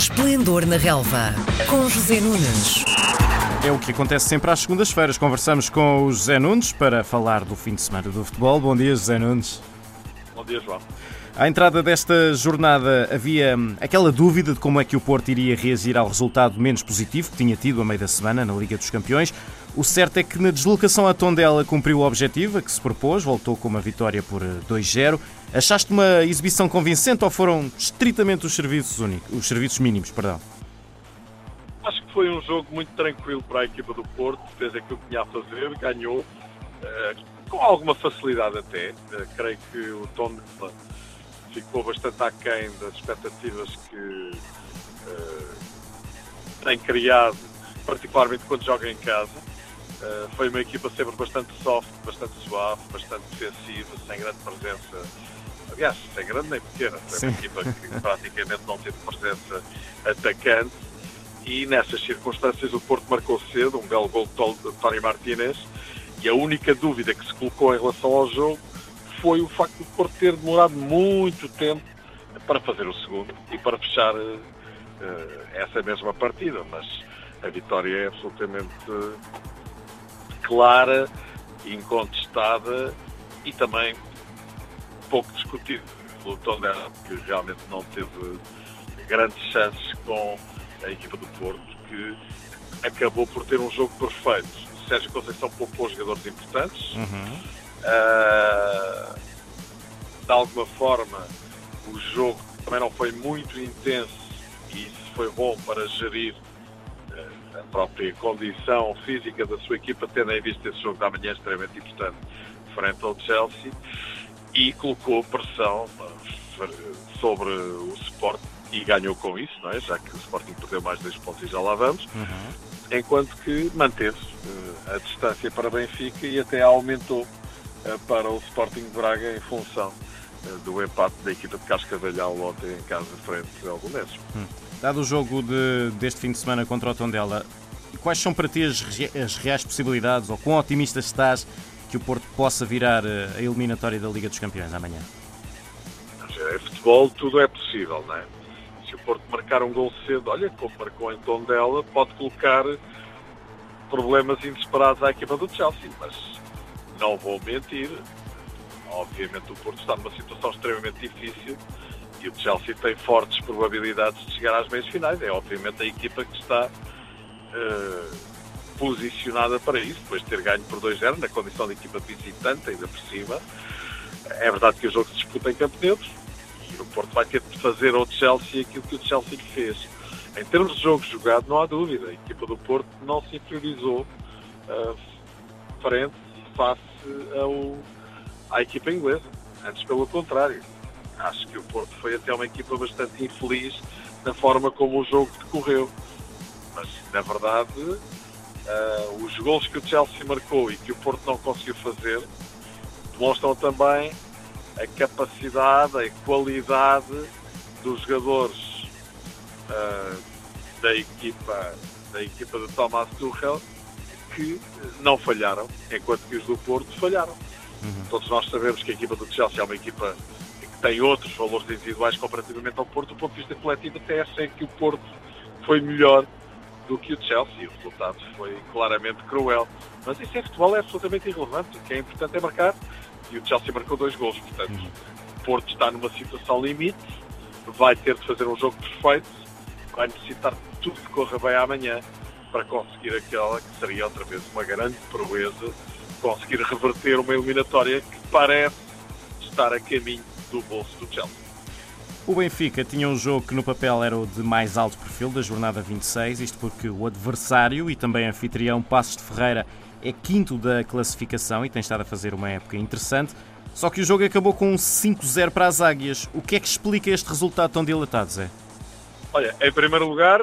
Esplendor na Relva, com José Nunes. É o que acontece sempre às segundas-feiras. Conversamos com o José Nunes para falar do fim de semana do futebol. Bom dia, José Nunes. Bom dia, João. À entrada desta jornada havia aquela dúvida de como é que o Porto iria reagir ao resultado menos positivo que tinha tido a meio da semana na Liga dos Campeões. O certo é que na deslocação a Tondela cumpriu o objetivo a que se propôs, voltou com uma vitória por 2-0. Achaste uma exibição convincente ou foram estritamente os serviços mínimos? Acho que foi um jogo muito tranquilo para a equipa do Porto, fez aquilo que tinha a fazer, ganhou com alguma facilidade até. Creio que o Tondela ficou bastante aquém das expectativas que tem criado, particularmente quando joga em casa. Foi uma equipa sempre bastante soft, bastante suave, bastante defensiva, sem grande presença. Aliás, sem grande nem pequena. Foi uma equipa que praticamente não teve presença atacante. E nessas circunstâncias o Porto marcou cedo, um belo gol de Tony Martínez. E a única dúvida que se colocou em relação ao jogo foi o facto de o Porto ter demorado muito tempo para fazer o segundo e para fechar essa mesma partida. Mas a vitória é absolutamente clara, incontestada e também pouco discutida. O Tondela, que realmente não teve grandes chances com a equipa do Porto, que acabou por ter um jogo perfeito. Sérgio Conceição poupou jogadores importantes. De alguma forma, o jogo também não foi muito intenso e isso foi bom para gerir a própria condição física da sua equipa, tendo em vista esse jogo da manhã extremamente importante frente ao Chelsea, e colocou pressão sobre o Sporting e ganhou com isso, não é? Já que o Sporting perdeu mais 2 pontos e já lá vamos, enquanto que manteve a distância para Benfica e até aumentou para o Sporting de Braga em função do empate da equipa de Cascavelhal ontem em casa frente ao Belenenses. Dado o jogo deste fim de semana contra o Tondela, quais são para ti as reais possibilidades, ou quão otimista estás que o Porto possa virar a eliminatória da Liga dos Campeões amanhã? Em futebol tudo é possível, não é? Se o Porto marcar um gol cedo, olha, como marcou em Tondela, pode colocar problemas inesperados à equipa do Chelsea, mas não vou mentir. Obviamente o Porto está numa situação extremamente difícil e o Chelsea tem fortes probabilidades de chegar às meias finais. É obviamente a equipa que está posicionada para isso, depois de ter ganho por 2-0 na condição de equipa visitante, ainda por cima. É verdade que o jogo se disputa em Campo Neutro e o Porto vai ter de fazer ao Chelsea aquilo que o Chelsea lhe fez. Em termos de jogo jogado, não há dúvida, a equipa do Porto não se inferiorizou face à equipa inglesa. Antes, pelo contrário. Acho que o Porto foi até uma equipa bastante infeliz na forma como o jogo decorreu. Mas, na verdade, os gols que o Chelsea marcou e que o Porto não conseguiu fazer demonstram também a capacidade, a qualidade dos jogadores da equipa de Thomas Tuchel, que não falharam, enquanto que os do Porto falharam. Todos nós sabemos que a equipa do Chelsea é uma equipa que tem outros valores individuais comparativamente ao Porto. Do ponto de vista coletivo, até achei que o Porto foi melhor do que o Chelsea. O resultado foi claramente cruel. Mas isso em futebol é absolutamente irrelevante. O que é importante é marcar. E o Chelsea marcou 2 golos. Portanto, o Porto está numa situação limite. Vai ter de fazer um jogo perfeito. Vai necessitar de tudo que corra bem amanhã para conseguir aquela que seria outra vez uma grande proeza, conseguir reverter uma eliminatória que parece estar a caminho do bolso do Chelsea. O Benfica tinha um jogo que no papel era o de mais alto perfil da jornada 26, isto porque o adversário e também anfitrião Paços de Ferreira é quinto da classificação e tem estado a fazer uma época interessante, só que o jogo acabou com um 5-0 para as Águias. O que é que explica este resultado tão dilatado, Zé? Olha, em primeiro lugar,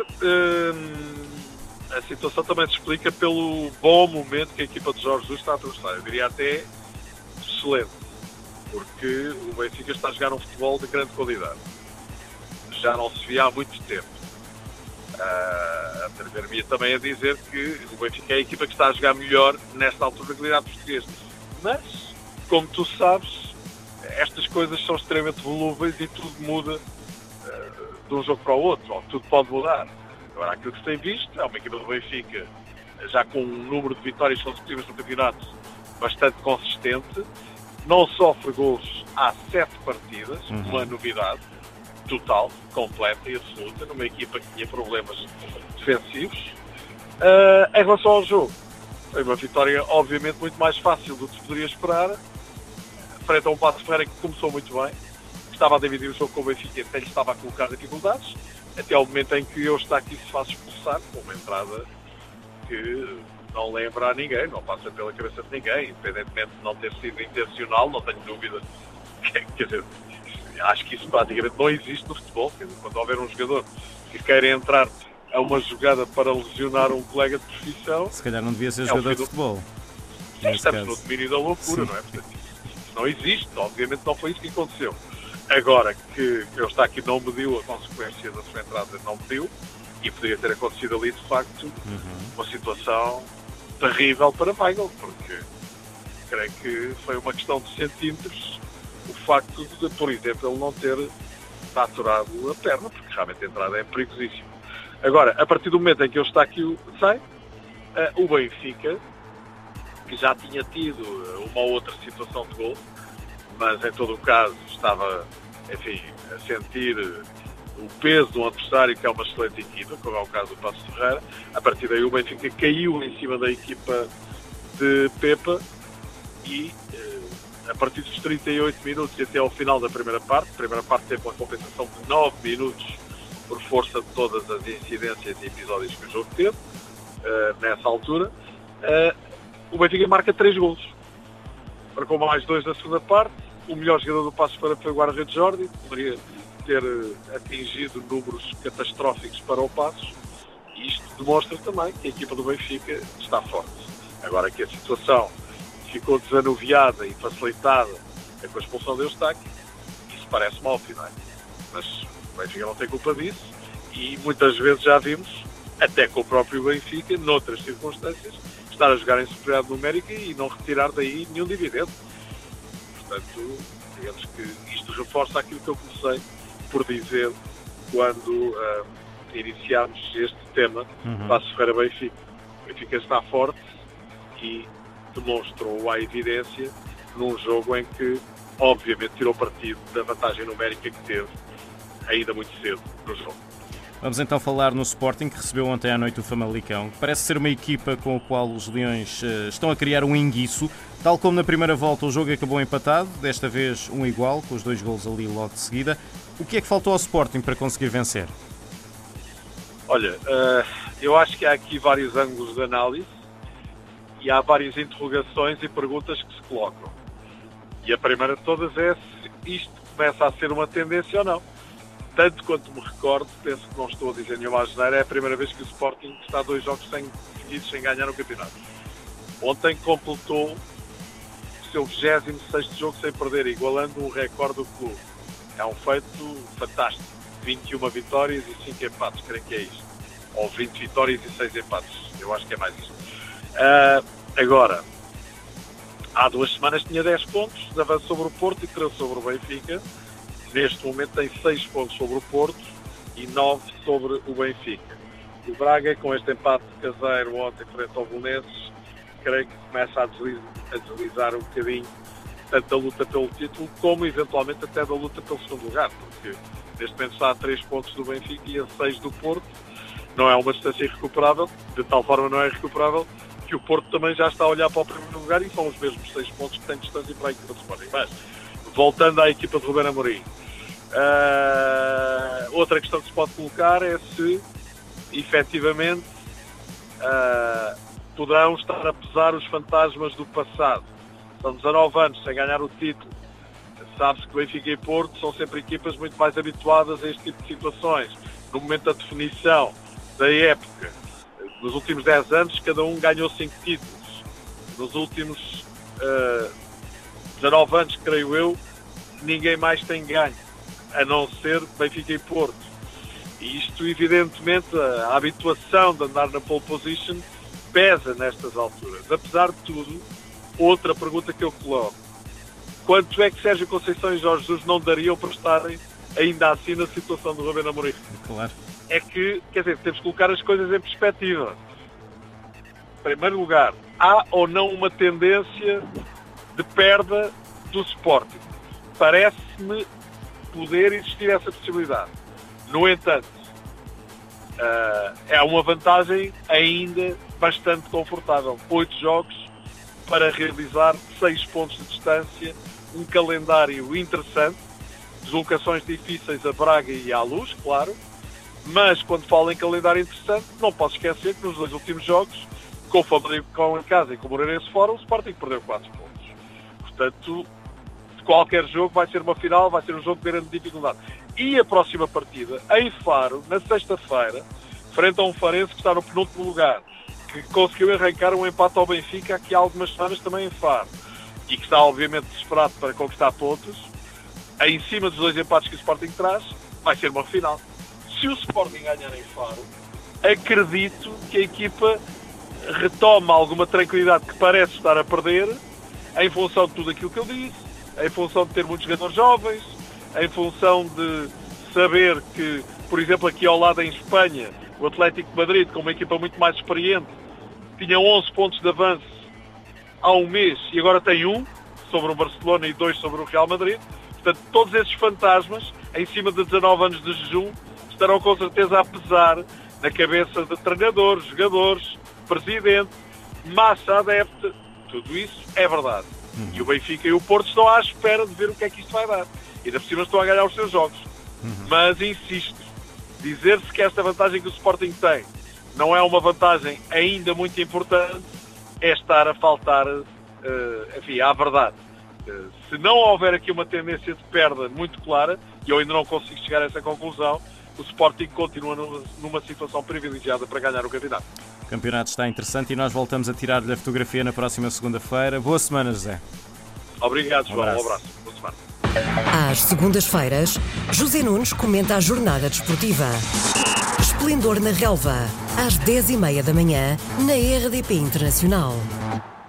a situação também se explica pelo bom momento que a equipa de Jorge Jesus está a atravessar. Eu diria até excelente, porque o Benfica está a jogar um futebol de grande qualidade. Já não se via há muito tempo. Atrever-me também a dizer que o Benfica é a equipa que está a jogar melhor nesta altura da qualidade portuguesa. Mas, como tu sabes, estas coisas são extremamente volúveis e tudo muda de um jogo para o outro, ou tudo pode mudar. Agora, aquilo que se tem visto é uma equipa do Benfica já com um número de vitórias consecutivas no campeonato bastante consistente, não sofre gols há 7 partidas, uma novidade total, completa e absoluta, numa equipa que tinha problemas defensivos. Em relação ao jogo, foi uma vitória obviamente muito mais fácil do que se poderia esperar, frente a um Paços de Ferreira que começou muito bem, que estava a dividir o jogo com o Benfica e até lhe estava a colocar dificuldades, até ao momento em que Eustáquio se faz expulsar, com uma entrada que não lembra a ninguém, não passa pela cabeça de ninguém, independentemente de não ter sido intencional, não tenho dúvida. Quer dizer, acho que isso praticamente não existe no futebol. Quer dizer, quando houver um jogador que queira entrar a uma jogada para lesionar um colega de profissão... Se calhar não devia ser jogador de futebol. Estamos no domínio da loucura, não é? Portanto, isso não existe, obviamente não foi isso que aconteceu. Agora que Eustáquio não mediu a consequência da sua entrada, não mediu, e poderia ter acontecido ali, de facto, uma situação terrível para Weigl, porque creio que foi uma questão de centímetros o facto de, por exemplo, ele não ter faturado a perna, porque realmente a entrada é perigosíssima. Agora, a partir do momento em que Eustáquio sai, o Benfica, que já tinha tido uma outra situação de gol, mas em todo o caso estava, enfim, a sentir o peso do adversário, que é uma excelente equipa, como é o caso do Paços de Ferreira. A partir daí o Benfica caiu em cima da equipa de Pepa e a partir dos 38 minutos e até ao final da primeira parte teve uma compensação de 9 minutos por força de todas as incidências e episódios que o jogo teve, nessa altura, o Benfica marca 3 golos. Marcou mais 2 na segunda parte. O melhor jogador do Paços de Ferreira foi o guarda-redes Jordi, poderia ter atingido números catastróficos para o Paços, e isto demonstra também que a equipa do Benfica está forte. Agora que a situação ficou desanuviada e facilitada com a expulsão de Eustáquio, isso parece-me óbvio, não é? Mas o Benfica não tem culpa disso, e muitas vezes já vimos, até com o próprio Benfica, noutras circunstâncias, estar a jogar em superioridade numérica e não retirar daí nenhum dividendo. Portanto, digamos que isto reforça aquilo que eu comecei por dizer quando iniciámos este tema, Paços de Ferreira Benfica. O Benfica está forte e demonstrou à evidência num jogo em que, obviamente, tirou partido da vantagem numérica que teve ainda muito cedo no jogo. Vamos então falar no Sporting, que recebeu ontem à noite o Famalicão. Parece ser uma equipa com a qual os Leões estão a criar um enguiço. Tal como na primeira volta o jogo acabou empatado, desta vez um igual, com os 2 golos ali logo de seguida. O que é que faltou ao Sporting para conseguir vencer? Olha, eu acho que há aqui vários ângulos de análise e há várias interrogações e perguntas que se colocam. E a primeira de todas é se isto começa a ser uma tendência ou não. Tanto quanto me recordo, penso que não estou a dizer nenhuma asneira, é a primeira vez que o Sporting está 2 jogos seguidos sem ganhar no campeonato. Ontem completou o seu 26º jogo sem perder, igualando um recorde do clube. É um feito fantástico. 21 vitórias e 5 empates, creio que é isto. Ou 20 vitórias e 6 empates. Eu acho que é mais isto. Agora, há 2 semanas tinha 10 pontos de avanço sobre o Porto e 13 sobre o Benfica. Neste momento tem 6 pontos sobre o Porto e 9 sobre o Benfica. O Braga, com este empate caseiro ontem frente ao Belenenses, creio que começa a deslizar um bocadinho tanto da luta pelo título, como eventualmente até da luta pelo segundo lugar, porque neste momento está a 3 pontos do Benfica e a 6 do Porto. Não é uma distância irrecuperável, de tal forma não é irrecuperável, que o Porto também já está a olhar para o primeiro lugar e são os mesmos 6 pontos que tem distância para a equipa do Sporting. Mas, voltando à equipa de Ruben Amorim, outra questão que se pode colocar é se, efetivamente, poderão estar a pesar os fantasmas do passado. São 19 anos sem ganhar o título. Sabe-se que Benfica e Porto são sempre equipas muito mais habituadas a este tipo de situações. No momento da definição da época, nos últimos 10 anos, cada um ganhou 5 títulos. Nos últimos 19 anos, creio eu, ninguém mais tem ganho, a não ser Benfica e Porto. E isto, evidentemente, a habituação de andar na pole position pesa nestas alturas. Apesar de tudo, outra pergunta que eu coloco: quanto é que Sérgio Conceição e Jorge Jesus não dariam para estarem ainda assim na situação do Ruben Amorim. Claro. É que, quer dizer, temos que colocar as coisas em perspectiva. Em primeiro lugar, há ou não uma tendência de perda do Sporting? Parece-me poder existir essa possibilidade. No entanto, é uma vantagem ainda bastante confortável. 8 jogos para realizar 6 pontos de distância, um calendário interessante, deslocações difíceis a Braga e à Luz, claro, mas quando falo em calendário interessante, não posso esquecer que nos 2 últimos jogos, com o Famalicão em casa e com o Moreirense fora, o Sporting perdeu 4 pontos. Portanto, qualquer jogo vai ser uma final, vai ser um jogo de grande dificuldade. E a próxima partida, em Faro, na sexta-feira, frente a um Farense que está no penúltimo lugar, que conseguiu arrancar um empate ao Benfica aqui há algumas semanas também em Faro, e que está obviamente desesperado para conquistar pontos, em cima dos 2 empates que o Sporting traz, vai ser uma final. Se o Sporting ganhar em Faro, acredito que a equipa retoma alguma tranquilidade que parece estar a perder, em função de tudo aquilo que eu disse, em função de ter muitos jogadores jovens, em função de saber que, por exemplo, aqui ao lado em Espanha, o Atlético de Madrid, com uma equipa muito mais experiente, tinha 11 pontos de avanço há um mês e agora tem 1 sobre o Barcelona e 2 sobre o Real Madrid. Portanto, todos esses fantasmas, em cima de 19 anos de jejum, estarão com certeza a pesar na cabeça de treinadores, jogadores, presidente, massa adepta. Tudo isso é verdade. E o Benfica e o Porto estão à espera de ver o que é que isto vai dar. E ainda por cima estão a ganhar os seus jogos. Mas insisto, dizer-se que esta vantagem que o Sporting tem não é uma vantagem ainda muito importante, é estar a faltar, enfim, à verdade. Se não houver aqui uma tendência de perda muito clara, e eu ainda não consigo chegar a essa conclusão, o Sporting continua numa situação privilegiada para ganhar o campeonato. O campeonato está interessante e nós voltamos a tirar-lhe a fotografia na próxima segunda-feira. Boa semana, José. Obrigado, João. Um abraço. Boa semana. Às segundas-feiras, José Nunes comenta a jornada desportiva. Esplendor na Relva, às 10h30 da manhã, na RDP Internacional.